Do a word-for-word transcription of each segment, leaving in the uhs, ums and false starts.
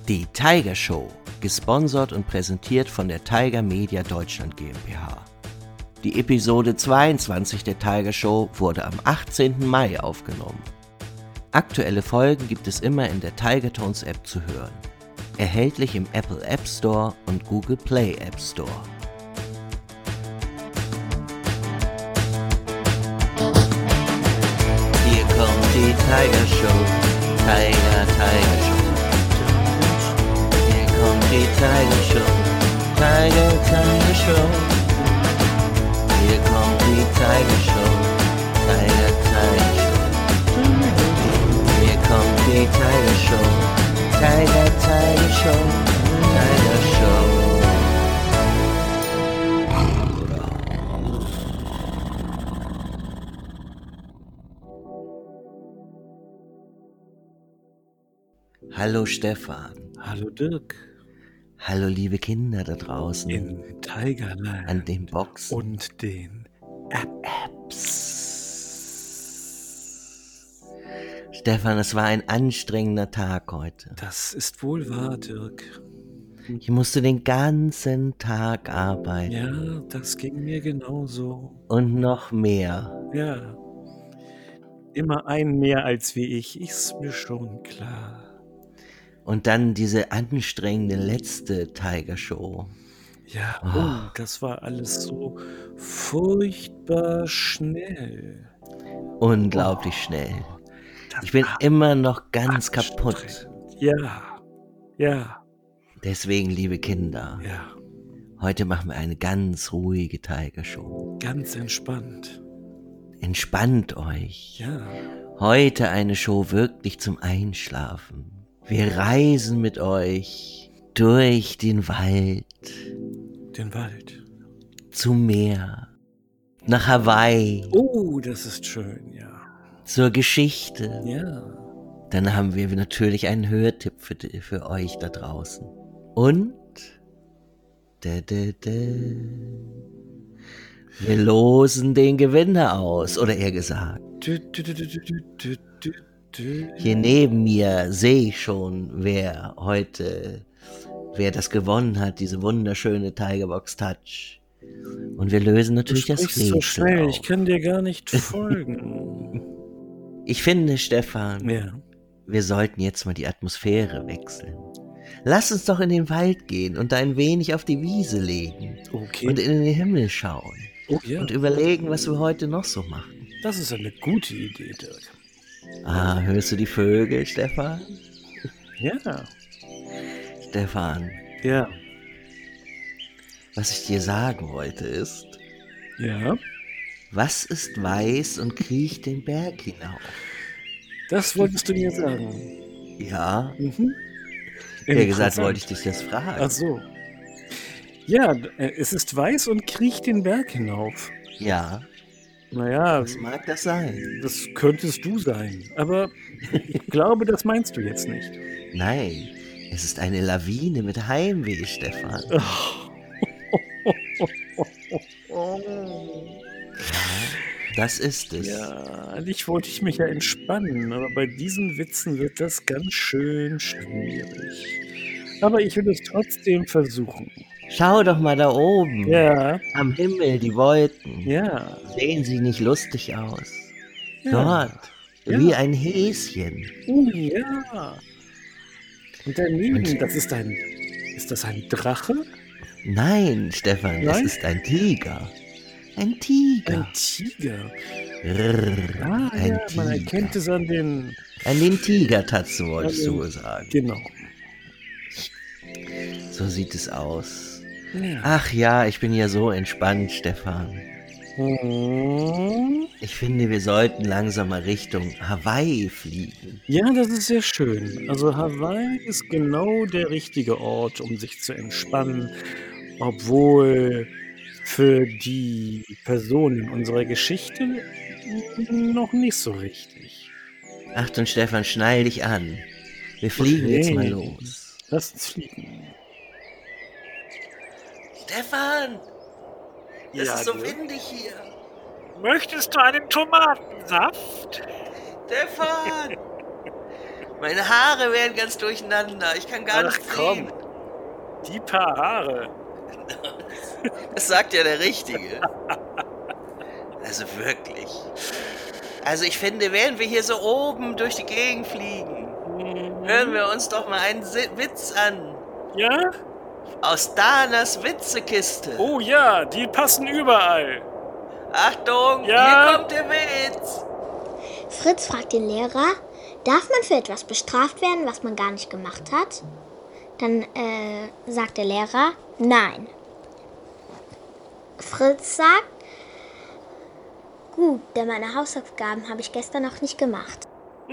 Die Tiger Show, gesponsert und präsentiert von der Tiger Media Deutschland GmbH. Die Episode zweiundzwanzig der Tiger Show wurde am achtzehnten Mai aufgenommen. Aktuelle Folgen gibt es immer in der Tigertones App zu hören. Erhältlich im Apple App Store und Google Play App Store. Hier kommt die Tiger Show, Tiger, Tiger Show. Hier kommt die Tiger Show, Tiger, Tiger Show. Hier kommt die Tiger Show, Tiger, Tiger Show. Hier kommt die Tiger Show, Tiger, Tiger Show, Tiger Show. Hallo Stefan. Hallo Dirk. Hallo liebe Kinder da draußen. In Tigerland. An den Boxen. Und den Apps. Stefan, es war ein anstrengender Tag heute. Das ist wohl wahr, Dirk. Ich musste den ganzen Tag arbeiten. Ja, das ging mir genauso. Und noch mehr. Ja. Immer ein mehr als wie ich, ist mir schon klar. Und dann diese anstrengende letzte Tiger Show. Ja, oh, oh das war alles so furchtbar schnell. Unglaublich oh, schnell. Ich bin immer noch ganz kaputt. Ja, ja. Deswegen, liebe Kinder, ja. Heute machen wir eine ganz ruhige Tiger Show. Ganz entspannt. Entspannt euch. Ja. Heute eine Show wirklich zum Einschlafen. Wir reisen mit euch durch den Wald. Den Wald. Zum Meer. Nach Hawaii. Oh, das ist schön, ja. Zur Geschichte. Ja. Dann haben wir natürlich einen Hörtipp für, für euch da draußen. Und da, da, da, wir losen den Gewinner aus, oder eher gesagt. Du, du, du, du, du, du, du. Hier neben mir sehe ich schon, wer heute, wer das gewonnen hat, diese wunderschöne Tigerbox Touch. Und wir lösen natürlich du das Rätsel so schnell, auf. Ich kann dir gar nicht folgen. Ich finde, Stefan, ja. wir sollten jetzt mal die Atmosphäre wechseln. Lass uns doch in den Wald gehen und da ein wenig auf die Wiese legen. Okay. Und in den Himmel schauen. Oh, ja. Und überlegen, was wir heute noch so machen. Das ist eine gute Idee, Dirk. Ah, hörst du die Vögel, Stefan? Ja. Stefan. Ja. Was ich dir sagen wollte ist... Ja? Was ist weiß und kriecht den Berg hinauf? Das wolltest du mir sagen. Ja. Mhm. Wie gesagt, wollte ich dich das fragen. Ach so. Ja, es ist weiß und kriecht den Berg hinauf. Ja. Naja, was mag das sein? Das könntest du sein, aber ich glaube, das meinst du jetzt nicht. Nein, es ist eine Lawine mit Heimweh, Stefan. Ja, das ist es. Ja, eigentlich wollte ich mich ja entspannen, aber bei diesen Witzen wird das ganz schön schwierig. Aber ich will es trotzdem versuchen. Schau doch mal da oben. Ja. Am Himmel, die Wolken. Ja. Sehen sie nicht lustig aus? Ja. Dort, ja. Wie ein Häschen. Oh ja. Und daneben, Und, das ist ein, ist das ein Drache? Nein, Stefan, Nein? es ist ein Tiger. Ein Tiger. Ein Tiger. Rrr, ah, ein ja, Tiger. Man erkennt es an den... An den Tigertatzen wolltest den, du sagen. Genau. So sieht es aus. Ja. Ach ja, ich bin ja so entspannt, Stefan. Hm. Ich finde, wir sollten langsam mal Richtung Hawaii fliegen. Ja, das ist sehr schön. Also Hawaii ist genau der richtige Ort, um sich zu entspannen, obwohl für die Personen unserer Geschichte noch nicht so richtig. Achtung, Stefan, schnall dich an. Wir fliegen okay. jetzt mal los. Lass uns fliegen. Stefan! Es ja, ist so du? windig hier. Möchtest du einen Tomatensaft? Stefan! Meine Haare werden ganz durcheinander. Ich kann gar Ach, nicht komm. sehen. Die paar Haare. Das sagt ja der Richtige. Also wirklich. Also ich finde, während wir hier so oben durch die Gegend fliegen, Mhm. hören wir uns doch mal einen Si- Witz an. Ja? Aus Danas Witzekiste. Oh ja, die passen überall. Achtung, Ja? hier kommt der Witz. Fritz fragt den Lehrer, darf man für etwas bestraft werden, was man gar nicht gemacht hat? Dann äh, sagt der Lehrer, nein. Fritz sagt, gut, denn meine Hausaufgaben habe ich gestern noch nicht gemacht.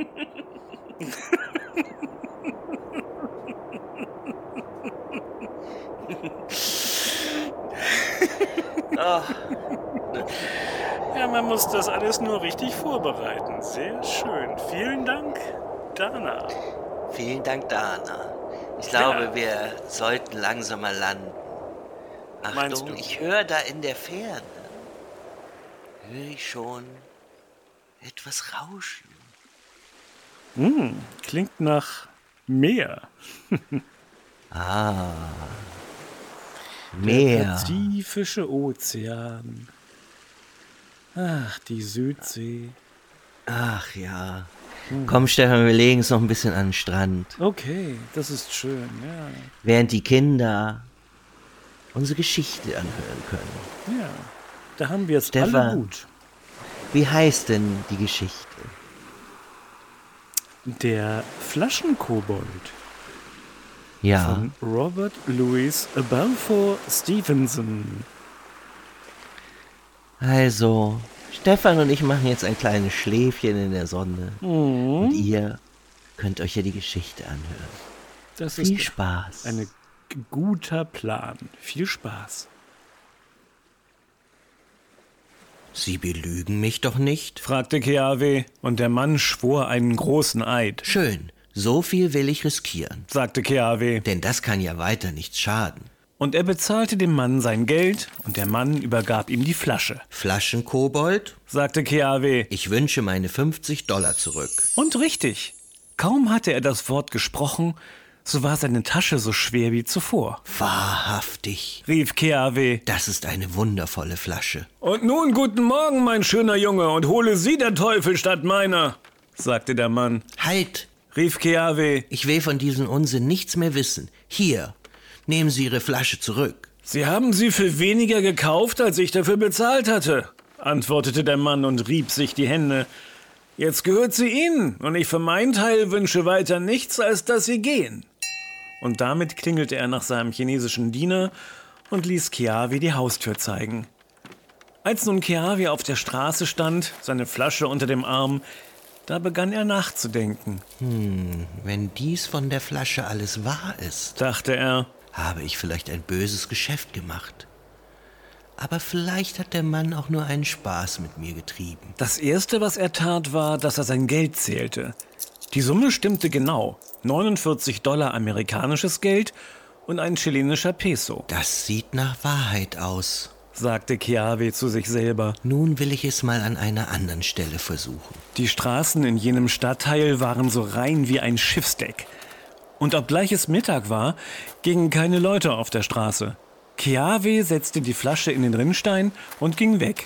Oh, Ja, man muss das alles nur richtig vorbereiten. Sehr schön. Vielen Dank, Dana. vielen Dank, Dana. Ich glaube, Ja. wir sollten langsam mal landen. Meinst Achtung, du? ich höre da in der Ferne, höre ich schon etwas rauschen. Hm, klingt nach Meer. Ah, Der Meer. Pazifische Ozean. Ach, die Südsee. Ach ja. Komm, Stefan, wir legen es noch ein bisschen an den Strand. Okay, das ist schön, ja. Während die Kinder unsere Geschichte anhören können. Ja, da haben wir es Stefan. alle gut. Wie heißt denn die Geschichte? Der Flaschenkobold Ja, von Robert Louis Balfour Stevenson. also, Stefan und ich machen jetzt ein kleines Schläfchen in der Sonne. Und ihr könnt euch ja die Geschichte anhören. Das Viel ist Spaß. ein guter Plan. Viel Spaß. Sie belügen mich doch nicht? Fragte Keawe, und der Mann schwor einen großen Eid. Schön, so viel will ich riskieren. Sagte Keawe. Denn das kann ja weiter nichts schaden. Und er bezahlte dem Mann sein Geld, und der Mann übergab ihm die Flasche. Flaschenkobold, Sagte Keawe. ich wünsche meine fünfzig Dollar zurück. Und richtig. Kaum hatte er das Wort gesprochen, so war seine Tasche so schwer wie zuvor. Wahrhaftig, Rief Keawe. das ist eine wundervolle Flasche. Und nun guten Morgen, mein schöner Junge, und hole Sie der Teufel statt meiner, sagte der Mann. Halt, Rief Keawe. ich will von diesem Unsinn nichts mehr wissen. Hier, nehmen Sie Ihre Flasche zurück. Sie haben sie für weniger gekauft, als ich dafür bezahlt hatte, antwortete der Mann und rieb sich die Hände. Jetzt gehört sie Ihnen, und ich für meinen Teil wünsche weiter nichts, als dass Sie gehen. Und damit klingelte er nach seinem chinesischen Diener und ließ Keawe die Haustür zeigen. Als nun Keawe auf der Straße stand, seine Flasche unter dem Arm, da begann er nachzudenken. Wenn dies von der Flasche alles wahr ist, Dachte er, habe ich vielleicht ein böses Geschäft gemacht. Aber vielleicht hat der Mann auch nur einen Spaß mit mir getrieben. das Erste, was er tat, war, dass er sein Geld zählte. Die Summe stimmte genau. neunundvierzig Dollar amerikanisches Geld und ein chilenischer Peso, Das sieht nach Wahrheit aus. sagte Keawe zu sich selber. Nun will ich es mal an einer anderen Stelle versuchen. Die Straßen in jenem Stadtteil waren so rein wie ein Schiffsdeck. Und obgleich es Mittag war, gingen keine Leute auf der Straße. Keawe setzte die Flasche in den Rinnstein und ging weg.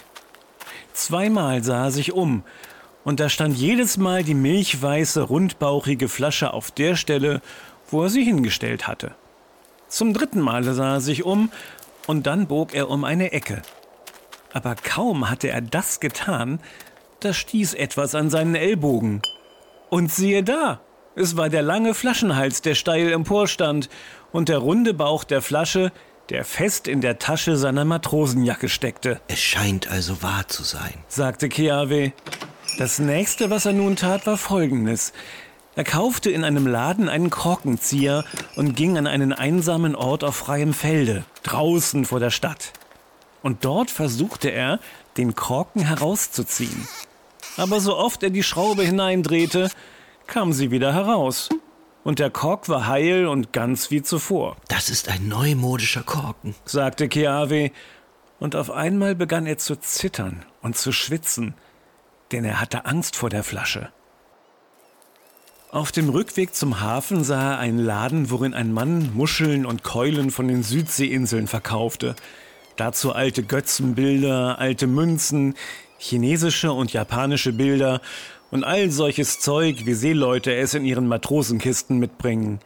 Zweimal sah er sich um, und da stand jedes Mal die milchweiße, rundbauchige Flasche auf der Stelle, wo er sie hingestellt hatte. Zum dritten Male sah er sich um, und dann bog er um eine Ecke. Aber kaum hatte er das getan, da stieß etwas an seinen Ellbogen. Und siehe da, es war der lange Flaschenhals, der steil emporstand, und der runde Bauch der Flasche, der fest in der Tasche seiner Matrosenjacke steckte, Es scheint also wahr zu sein. sagte Keawe. Das nächste, was er nun tat, war Folgendes. Er kaufte in einem Laden einen Korkenzieher und ging an einen einsamen Ort auf freiem Felde, draußen vor der Stadt. Und dort versuchte er, den Korken herauszuziehen. Aber so oft er die Schraube hineindrehte, kam sie wieder heraus. Und der Kork war heil und ganz wie zuvor, Das ist ein neumodischer Korken. sagte Keawe. Und auf einmal begann er zu zittern und zu schwitzen, denn er hatte Angst vor der Flasche. Auf dem Rückweg zum Hafen sah er einen Laden, worin ein Mann Muscheln und Keulen von den Südseeinseln verkaufte. Dazu alte Götzenbilder, alte Münzen, chinesische und japanische Bilder und all solches Zeug, wie Seeleute es in ihren Matrosenkisten mitbringen.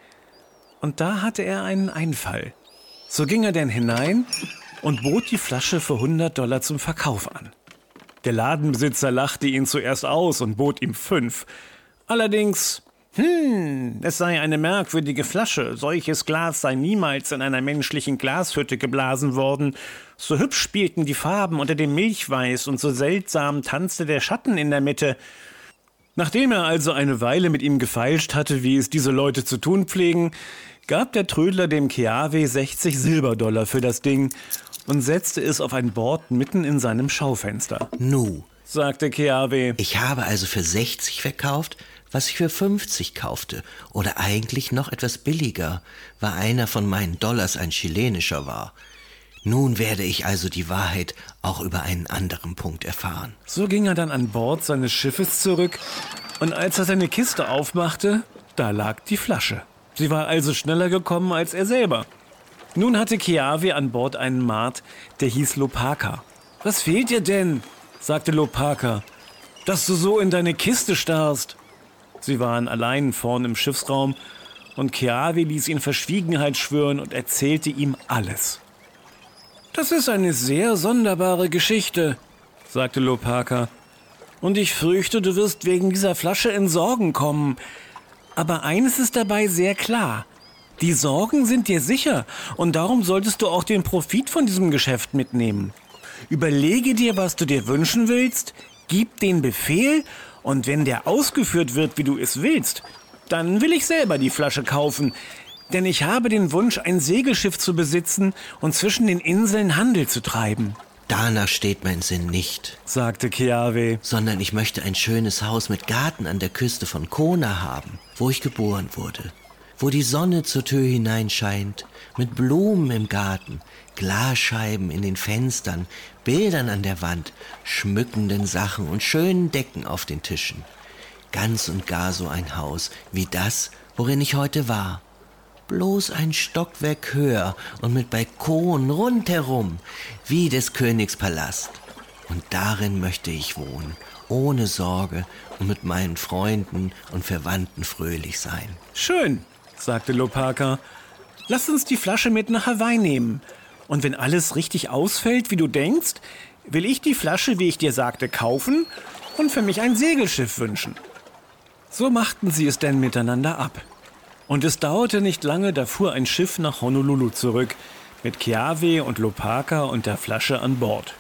Und da hatte er einen Einfall. So ging er denn hinein und bot die Flasche für hundert Dollar zum Verkauf an. Der Ladenbesitzer lachte ihn zuerst aus und bot ihm fünf. Allerdings, hm, es sei eine merkwürdige Flasche. Solches Glas sei niemals in einer menschlichen Glashütte geblasen worden. So hübsch spielten die Farben unter dem Milchweiß und so seltsam tanzte der Schatten in der Mitte. Nachdem er also eine Weile mit ihm gefeilscht hatte, wie es diese Leute zu tun pflegen, gab der Trödler dem Keawe sechzig Silberdollar für das Ding und setzte es auf ein Board mitten in seinem Schaufenster. Nu, sagte Keawe. Ich habe also für sechzig verkauft, was ich für fünfzig kaufte. Oder eigentlich noch etwas billiger, weil einer von meinen Dollars ein chilenischer war. Nun werde ich also die Wahrheit auch über einen anderen Punkt erfahren. So ging er dann an Bord seines Schiffes zurück und als er seine Kiste aufmachte, da lag die Flasche. Sie war also schneller gekommen als er selber. Nun hatte Keawe an Bord einen Maat, der hieß Lopaka. »Was fehlt dir denn?« sagte Lopaka, »dass du so in deine Kiste starrst.« Sie waren allein vorn im Schiffsraum und Keawe ließ ihn Verschwiegenheit schwören und erzählte ihm alles. »Das ist eine sehr sonderbare Geschichte«, sagte Lopaka, »und ich fürchte, du wirst wegen dieser Flasche in Sorgen kommen. Aber eines ist dabei sehr klar. Die Sorgen sind dir sicher und darum solltest du auch den Profit von diesem Geschäft mitnehmen. Überlege dir, was du dir wünschen willst, gib den Befehl und wenn der ausgeführt wird, wie du es willst, dann will ich selber die Flasche kaufen. Denn ich habe den Wunsch, ein Segelschiff zu besitzen und zwischen den Inseln Handel zu treiben.« Danach steht mein Sinn nicht, sagte Keawe, sondern ich möchte ein schönes Haus mit Garten an der Küste von Kona haben, wo ich geboren wurde, wo die Sonne zur Tür hineinscheint, mit Blumen im Garten, Glasscheiben in den Fenstern, Bildern an der Wand, schmückenden Sachen und schönen Decken auf den Tischen. Ganz und gar so ein Haus wie das, worin ich heute war. Bloß ein Stockwerk höher und mit Balkonen rundherum, wie des Königs Palast. Und darin möchte ich wohnen, ohne Sorge und mit meinen Freunden und Verwandten fröhlich sein. »Schön«, sagte Lopaka, »lass uns die Flasche mit nach Hawaii nehmen. Und wenn alles richtig ausfällt, wie du denkst, will ich die Flasche, wie ich dir sagte, kaufen und für mich ein Segelschiff wünschen.« So machten sie es denn miteinander ab. Und es dauerte nicht lange, da fuhr ein Schiff nach Honolulu zurück, mit Keawe und Lopaka und der Flasche an Bord.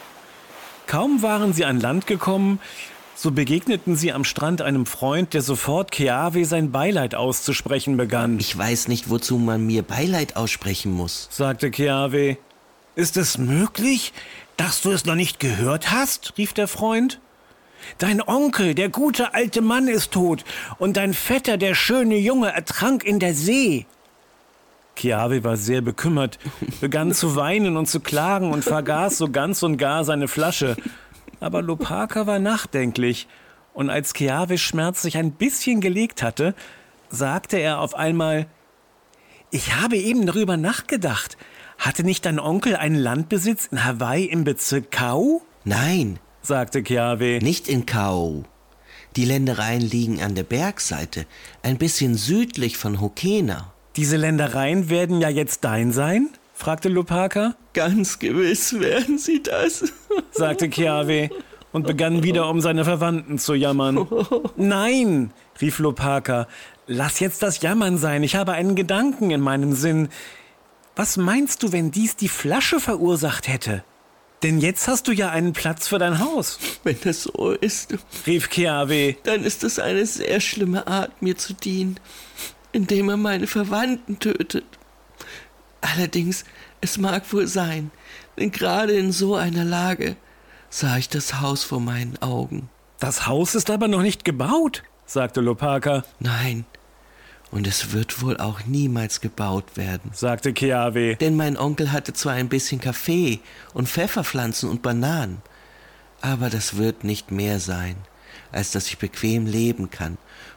Kaum waren sie an Land gekommen, so begegneten sie am Strand einem Freund, der sofort Keawe sein Beileid auszusprechen begann. »Ich weiß nicht, wozu man mir Beileid aussprechen muss«, sagte Keawe. »Ist es möglich, dass du es noch nicht gehört hast?« rief der Freund. »Dein Onkel, der gute alte Mann, ist tot und dein Vetter, der schöne Junge, ertrank in der See.« Keawe war sehr bekümmert, begann zu weinen und zu klagen und vergaß so ganz und gar seine Flasche. Aber Lopaka war nachdenklich und als Keawe Schmerz sich ein bisschen gelegt hatte, sagte er auf einmal, »Ich habe eben darüber nachgedacht. Hatte nicht dein Onkel einen Landbesitz in Hawaii im Bezirk Kau?« »Nein«, sagte Keawe. »Nicht in Kau. Die Ländereien liegen an der Bergseite, ein bisschen südlich von Hokena.« »Diese Ländereien werden ja jetzt dein sein?« fragte Lopaka. »Ganz gewiss werden sie das«, sagte Keawe und begann wieder um seine Verwandten zu jammern. »Nein«, rief Lopaka, »lass jetzt das Jammern sein, ich habe einen Gedanken in meinem Sinn. Was meinst du, wenn dies die Flasche verursacht hätte? Denn jetzt hast du ja einen Platz für dein Haus.« »Wenn das so ist«, rief Keawe, »dann ist es eine sehr schlimme Art, mir zu dienen, indem er meine Verwandten tötet. Allerdings, es mag wohl sein, denn gerade in so einer Lage sah ich das Haus vor meinen Augen.« »Das Haus ist aber noch nicht gebaut«, sagte Lopaka. »Nein, und es wird wohl auch niemals gebaut werden«, sagte Keawe. »Denn mein Onkel hatte zwar ein bisschen Kaffee und Pfefferpflanzen und Bananen, aber das wird nicht mehr sein, als dass ich bequem leben kann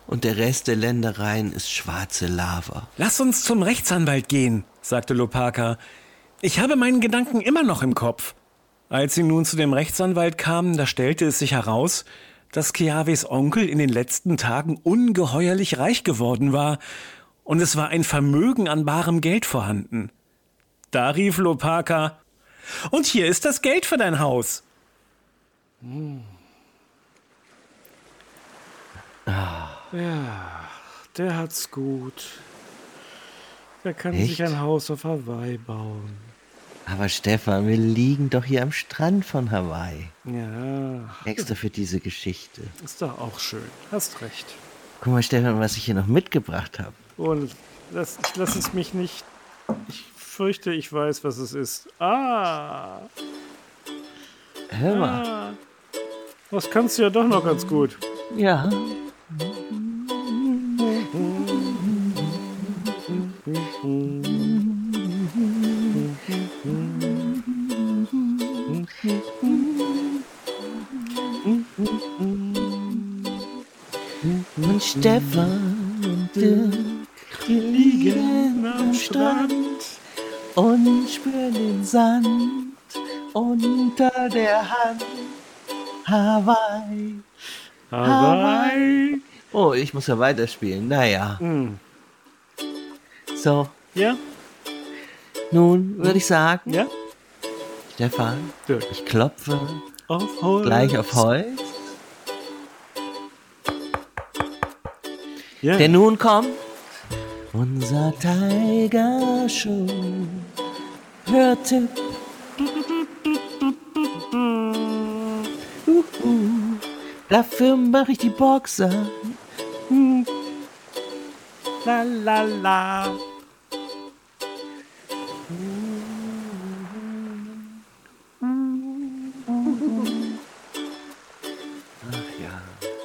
und der Rest der Ländereien ist schwarze Lava. Lass uns zum Rechtsanwalt gehen, sagte Lopaka. Ich habe meinen Gedanken immer noch im Kopf. Als sie nun zu dem Rechtsanwalt kamen, da stellte es sich heraus, dass Keawe's Onkel in den letzten Tagen ungeheuerlich reich geworden war und es war ein Vermögen an barem Geld vorhanden. Da rief Lopaka, und hier ist das Geld für dein Haus. Hm. Ah. Ja, der hat's gut. Der kann Echt? sich ein Haus auf Hawaii bauen. Aber Stefan, wir liegen doch hier am Strand von Hawaii. Ja. Extra für diese Geschichte. Ist doch auch schön. Hast recht. Guck mal, Stefan, was ich hier noch mitgebracht habe. Und lass, ich lass es mich nicht... Ich fürchte, ich weiß, was es ist. Ah! Hör mal. Ah. Das kannst du ja doch noch ganz gut. Ja. Und Stefan und Dirk, die liegen am Strand und spüren den Sand unter der Hand. Hawaii, Hawaii. Oh, ich muss ja weiterspielen. Naja. Hm. So, Ja? nun würde ich sagen, Ja? Stefan, Dirk. ich klopfe Auf Holz. gleich auf Holz. Ja. Denn nun kommt unser Tiger Show. Hörtipp. Uhu. Dafür mache ich die Boxer. Hm. La la la. Ach ja.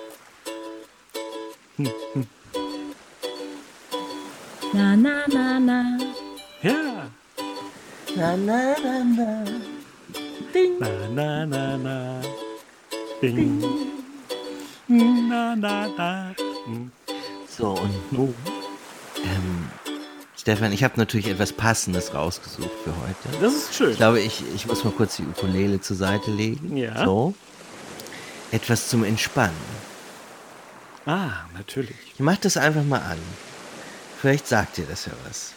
Na, na, na, na. Ja. Na na na na. Ding. Na na na na. Ding. Na na na. Hm. So, und Oh. ähm, Stefan, ich habe natürlich etwas Passendes rausgesucht für heute. Das ist schön. Ich glaube, ich, ich muss mal kurz die Ukulele zur Seite legen. Ja. So. Etwas zum Entspannen. Ah, natürlich. Ich mach das einfach mal an. Vielleicht sagt dir das ja was.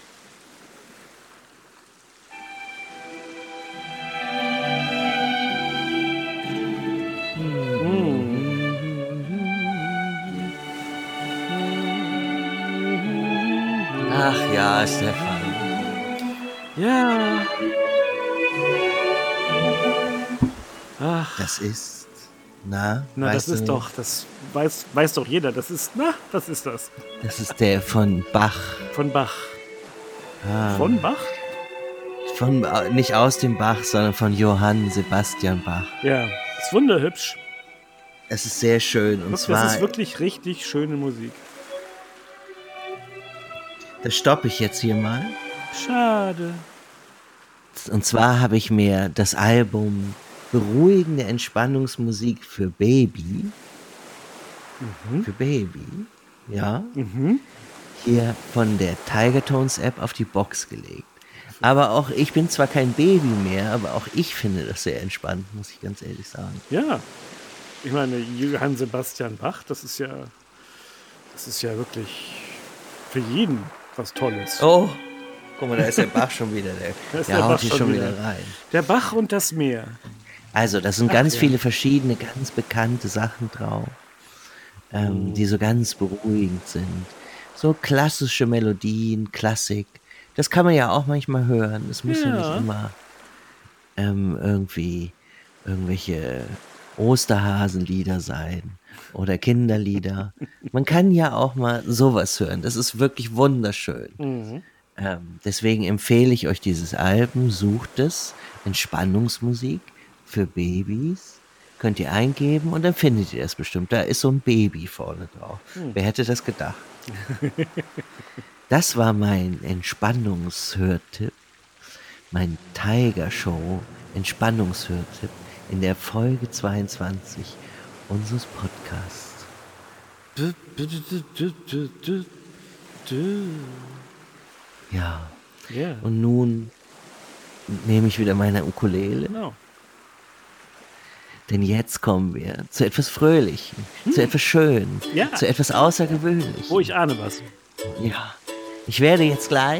Ach ja, Stefan. Ja. Ach, Das ist. Na, na, das weißt ist du, doch, das weiß, weiß doch jeder. Das ist, na, was ist das? Das ist der von Bach. Von Bach. Ah, Von Bach? von, äh, nicht aus dem Bach, sondern von Johann Sebastian Bach. Ja, ist wunderhübsch. Es ist sehr schön. Und Das zwar, ist wirklich richtig schöne Musik. das stoppe ich jetzt hier mal. Schade. Und zwar habe ich mir das Album Beruhigende Entspannungsmusik für Baby, für Baby, ja, Mhm. hier von der Tiger Tones App auf die Box gelegt. Aber auch, ich bin zwar kein Baby mehr, aber auch ich finde das sehr entspannt, muss ich ganz ehrlich sagen. Ja. Ich meine, Johann Sebastian Bach, das ist ja, das ist ja wirklich für jeden was Tolles. Oh, guck mal, da ist der Bach schon wieder, der, Da ist der der haut Bach hier schon schon wieder. wieder rein. Der Bach und das Meer. Also, da sind ganz ja. viele verschiedene, ganz bekannte Sachen drauf, ähm, Mhm. die so ganz beruhigend sind. So klassische Melodien, Klassik. Das kann man ja auch manchmal hören. Es muss ja, Ja. nicht immer ähm, irgendwie irgendwelche Osterhasenlieder sein oder Kinderlieder. Man kann ja auch mal sowas hören. Das ist wirklich wunderschön. Mhm. Ähm, deswegen empfehle ich euch dieses Album. Sucht es. Entspannungsmusik für Babys. Könnt ihr eingeben und dann findet ihr es bestimmt. Da ist so ein Baby vorne drauf. Wer hätte das gedacht? Das war mein Entspannungshörtipp. Mein Tiger Show Entspannungshörtipp in der Folge zweiundzwanzig unseres Podcasts. Ja, Ja, und nun nehme ich wieder meine Ukulele, genau. denn jetzt kommen wir zu etwas Fröhlichem, zu etwas Schönem, Ja. zu etwas Außergewöhnlichem. Oh, ich ahne was. Ja, ich werde jetzt gleich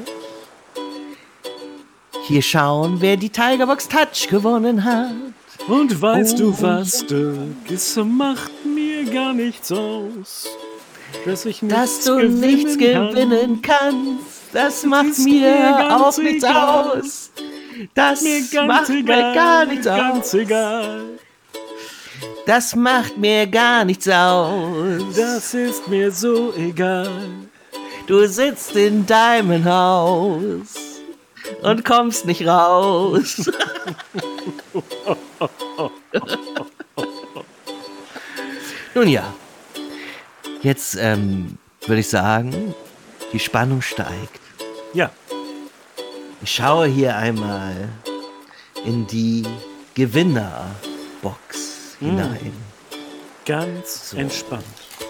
hier schauen, wer die Tigerbox Touch gewonnen hat. Und weißt Oh, du was, Dirk, es macht mir gar nichts aus, dass ich nichts Dass du gewinnen nichts kann. gewinnen kannst, das macht ist mir mir ganz auch nichts egal. aus. Das Mir ganz macht egal, mir gar nichts ganz aus. egal. Das macht mir gar nichts aus. Das ist mir so egal. Du sitzt in deinem Haus und kommst nicht raus. Nun ja, jetzt ähm, würde ich sagen, die Spannung steigt. Ja, Ich schaue hier einmal in die Gewinnerbox hinein. ganz So. entspannt.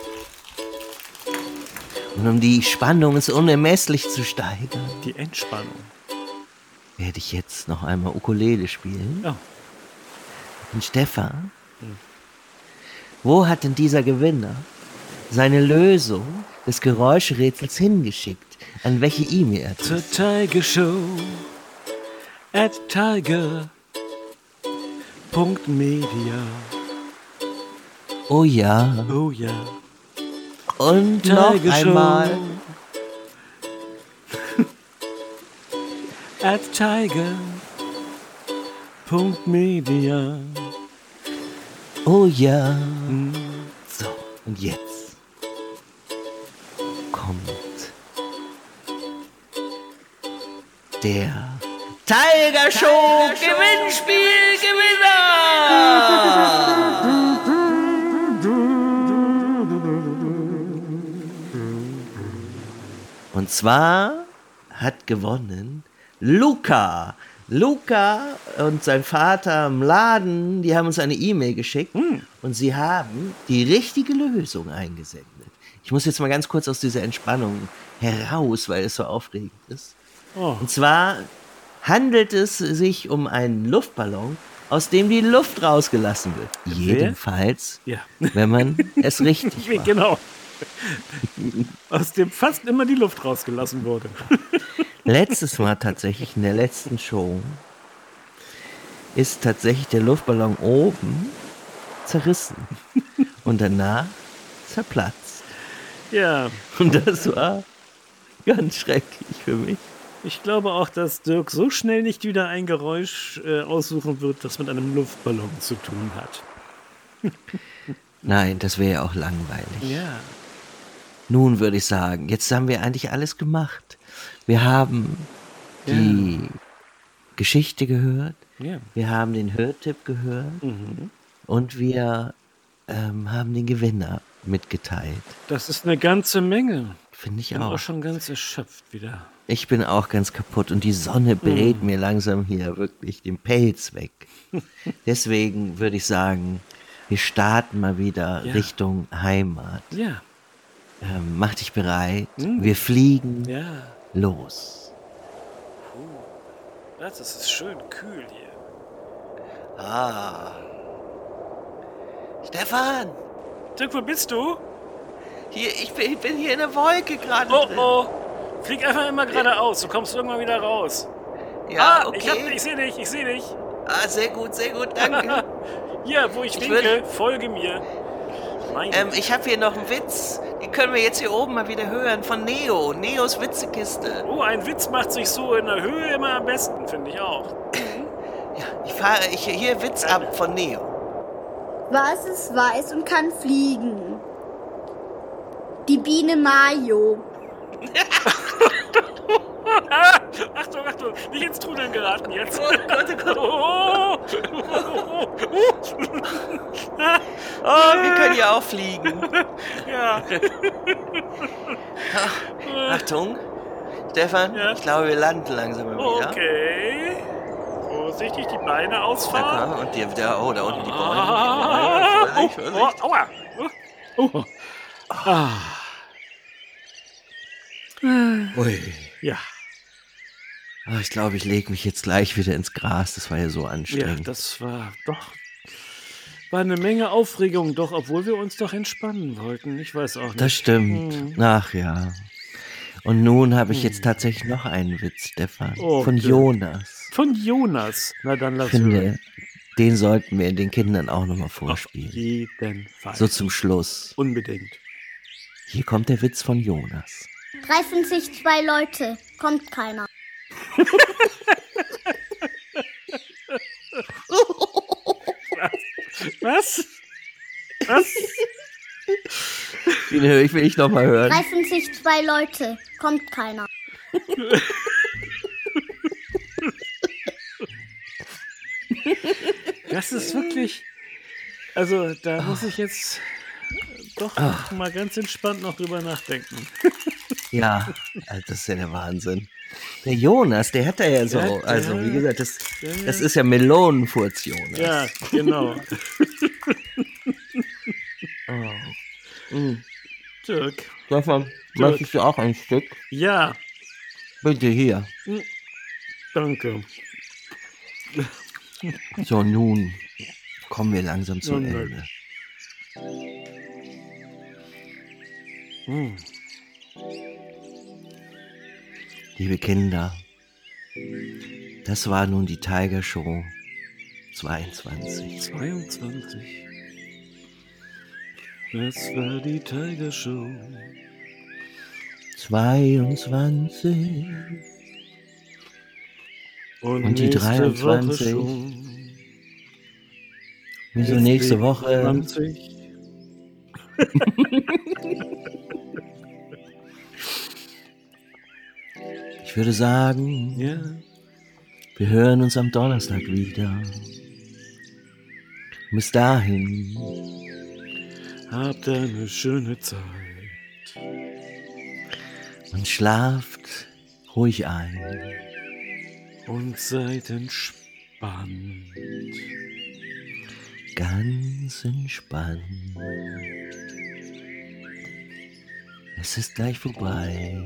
Und um die Spannung ins Unermesslich zu steigern, Die Entspannung. werde ich jetzt noch einmal Ukulele spielen. Ja. Und Stefan, wo hat denn dieser Gewinner seine Lösung des Geräuschrätsels hingeschickt? An welche E-Mail-Adresse? The Tiger Show at tiger Punkt media. Oh ja. Oh ja. Und noch Tiger einmal. at tiger Punkt media. Oh ja. So, und jetzt kommt der Tiger Show Gewinnspielgewinner! Und zwar hat gewonnen Luca. Luca und sein Vater im Laden, die haben uns eine E-Mail geschickt und sie haben die richtige Lösung eingesendet. Ich muss jetzt mal ganz kurz aus dieser Entspannung heraus, weil es so aufregend ist. Oh. Und zwar handelt es sich um einen Luftballon, aus dem die Luft rausgelassen wird. Jedenfalls, Ja. wenn man es richtig macht. Genau. Aus dem fast immer die Luft rausgelassen wurde. Letztes Mal tatsächlich, in der letzten Show, ist tatsächlich der Luftballon oben zerrissen und danach zerplatzt. Ja, Und das war ganz schrecklich für mich. ich glaube auch, dass Dirk so schnell nicht wieder ein Geräusch äh, aussuchen wird, das mit einem Luftballon zu tun hat. Nein, das wäre ja auch langweilig. Ja. Nun würde ich sagen, jetzt haben wir eigentlich alles gemacht. Wir haben die Geschichte gehört, Ja. wir haben den Hörtipp gehört und wir ähm, haben den Gewinner mitgeteilt. Das ist eine ganze Menge. Finde ich Ich bin auch auch. schon ganz erschöpft wieder. Ich bin auch ganz kaputt und die Sonne brät mir langsam hier wirklich den Pelz weg. Deswegen würde ich sagen, wir starten mal wieder Ja. Richtung Heimat. Ja. Ähm, mach dich bereit. Mhm. Wir fliegen Ja. los. Das ist schön kühl hier. Ah. Stefan, Dirk, wo bist du? hier, ich bin, ich bin hier in der Wolke gerade Oh, drin. oh. Flieg einfach immer geradeaus. Du kommst irgendwann wieder raus. Ja, ah, okay. ich, hab, ich sehe dich, ich sehe dich. Ah, sehr gut, sehr gut, danke. Hier, wo ich, Ich winke, würd- folge mir. Mein ähm, ich habe hier noch einen Witz. Den können wir jetzt hier oben mal wieder hören von Neo. Neos Witzekiste. Oh, ein Witz macht sich so in der Höhe immer am besten, finde ich auch. Ja, ich fahre ich, hier Witz ab von Neo. Was ist weiß und kann fliegen? Die Biene Mayo. Achtung, Achtung, nicht ins Trudeln geraten jetzt. Oh Gott, oh Gott. Oh, Oh, wir können ja auch fliegen. ja. Achtung. Stefan, Ja? ich glaube, wir landen langsam mal wieder. Okay. Vorsichtig, die Beine ausfahren. Okay, und die, da, oh, da unten die Bäume. Ah, Vorsicht, oh, Vorsicht. oh, aua. Oh, Ah. Ui. Ja, Ah, ich glaube, ich lege mich jetzt gleich wieder ins Gras. Das war ja so ja, anstrengend. das war doch, war eine Menge Aufregung, doch, obwohl wir uns doch entspannen wollten. Ich weiß auch nicht. Das stimmt. Hm. Ach ja. Und nun habe ich jetzt Hm. tatsächlich noch einen Witz, Stefan. Oh, Von Dirk. Jonas. Von Jonas. Na dann Ich lass hören. finde, den sollten wir den Kindern auch nochmal Auf vorspielen. jeden Fall. So zum Schluss. Unbedingt. Hier kommt der Witz von Jonas. Treffen sich zwei Leute, kommt keiner. Was? Was? Den höre ich, will ich nochmal hören. Treffen sich zwei Leute, kommt keiner. Das ist wirklich. Also, da muss ich jetzt doch mal ganz entspannt noch drüber nachdenken. Ja, also das ist ja der Wahnsinn. Der Jonas, der hat da ja so, Der- also der- wie gesagt, das, der- das ist ja Melonenfurz, Jonas. Ja, genau. Oh. Mm. Dirk. Stefan, möchtest du auch ein Stück? Ja, Bitte hier. danke. So, nun kommen wir langsam zum Nun, Ende. Hm. Liebe Kinder, das war nun die Tiger Show zweiundzwanzig. zweiundzwanzig. Das war die Tiger Show. zweiundzwanzig. Und, Und die nächste dreiundzwanzig. Woche schon. Wieso ist nächste die Woche? zwanzig. Ich würde sagen, Ja, wir hören uns am Donnerstag wieder. Bis dahin, habt eine schöne Zeit. und schlaft ruhig ein. Und seid entspannt. Ganz entspannt. Es ist gleich vorbei.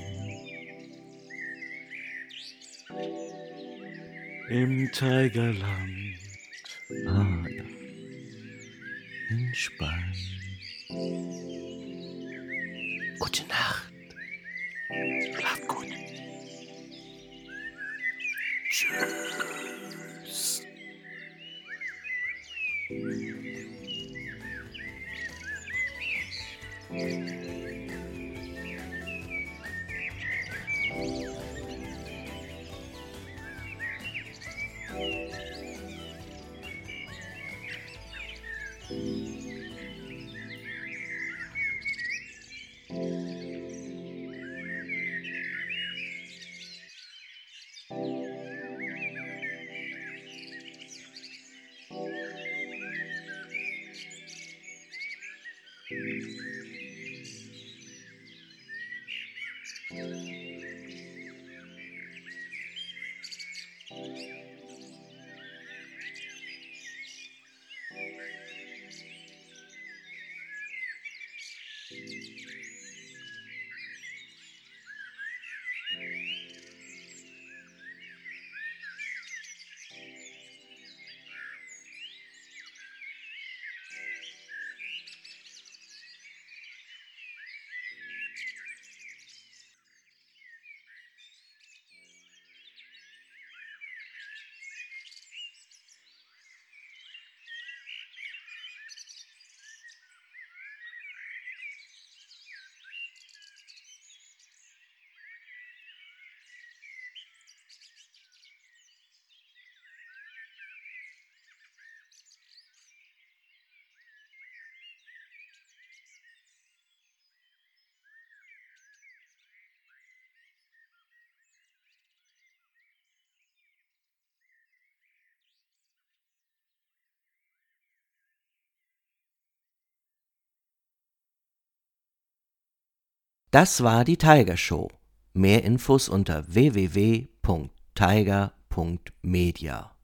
Im Tigerland. Ah, ja. Entspannt. Gute Nacht. Schlaf gut. Tschüss. Das war die Tiger Show. Mehr Infos unter w w w punkt tiger punkt media.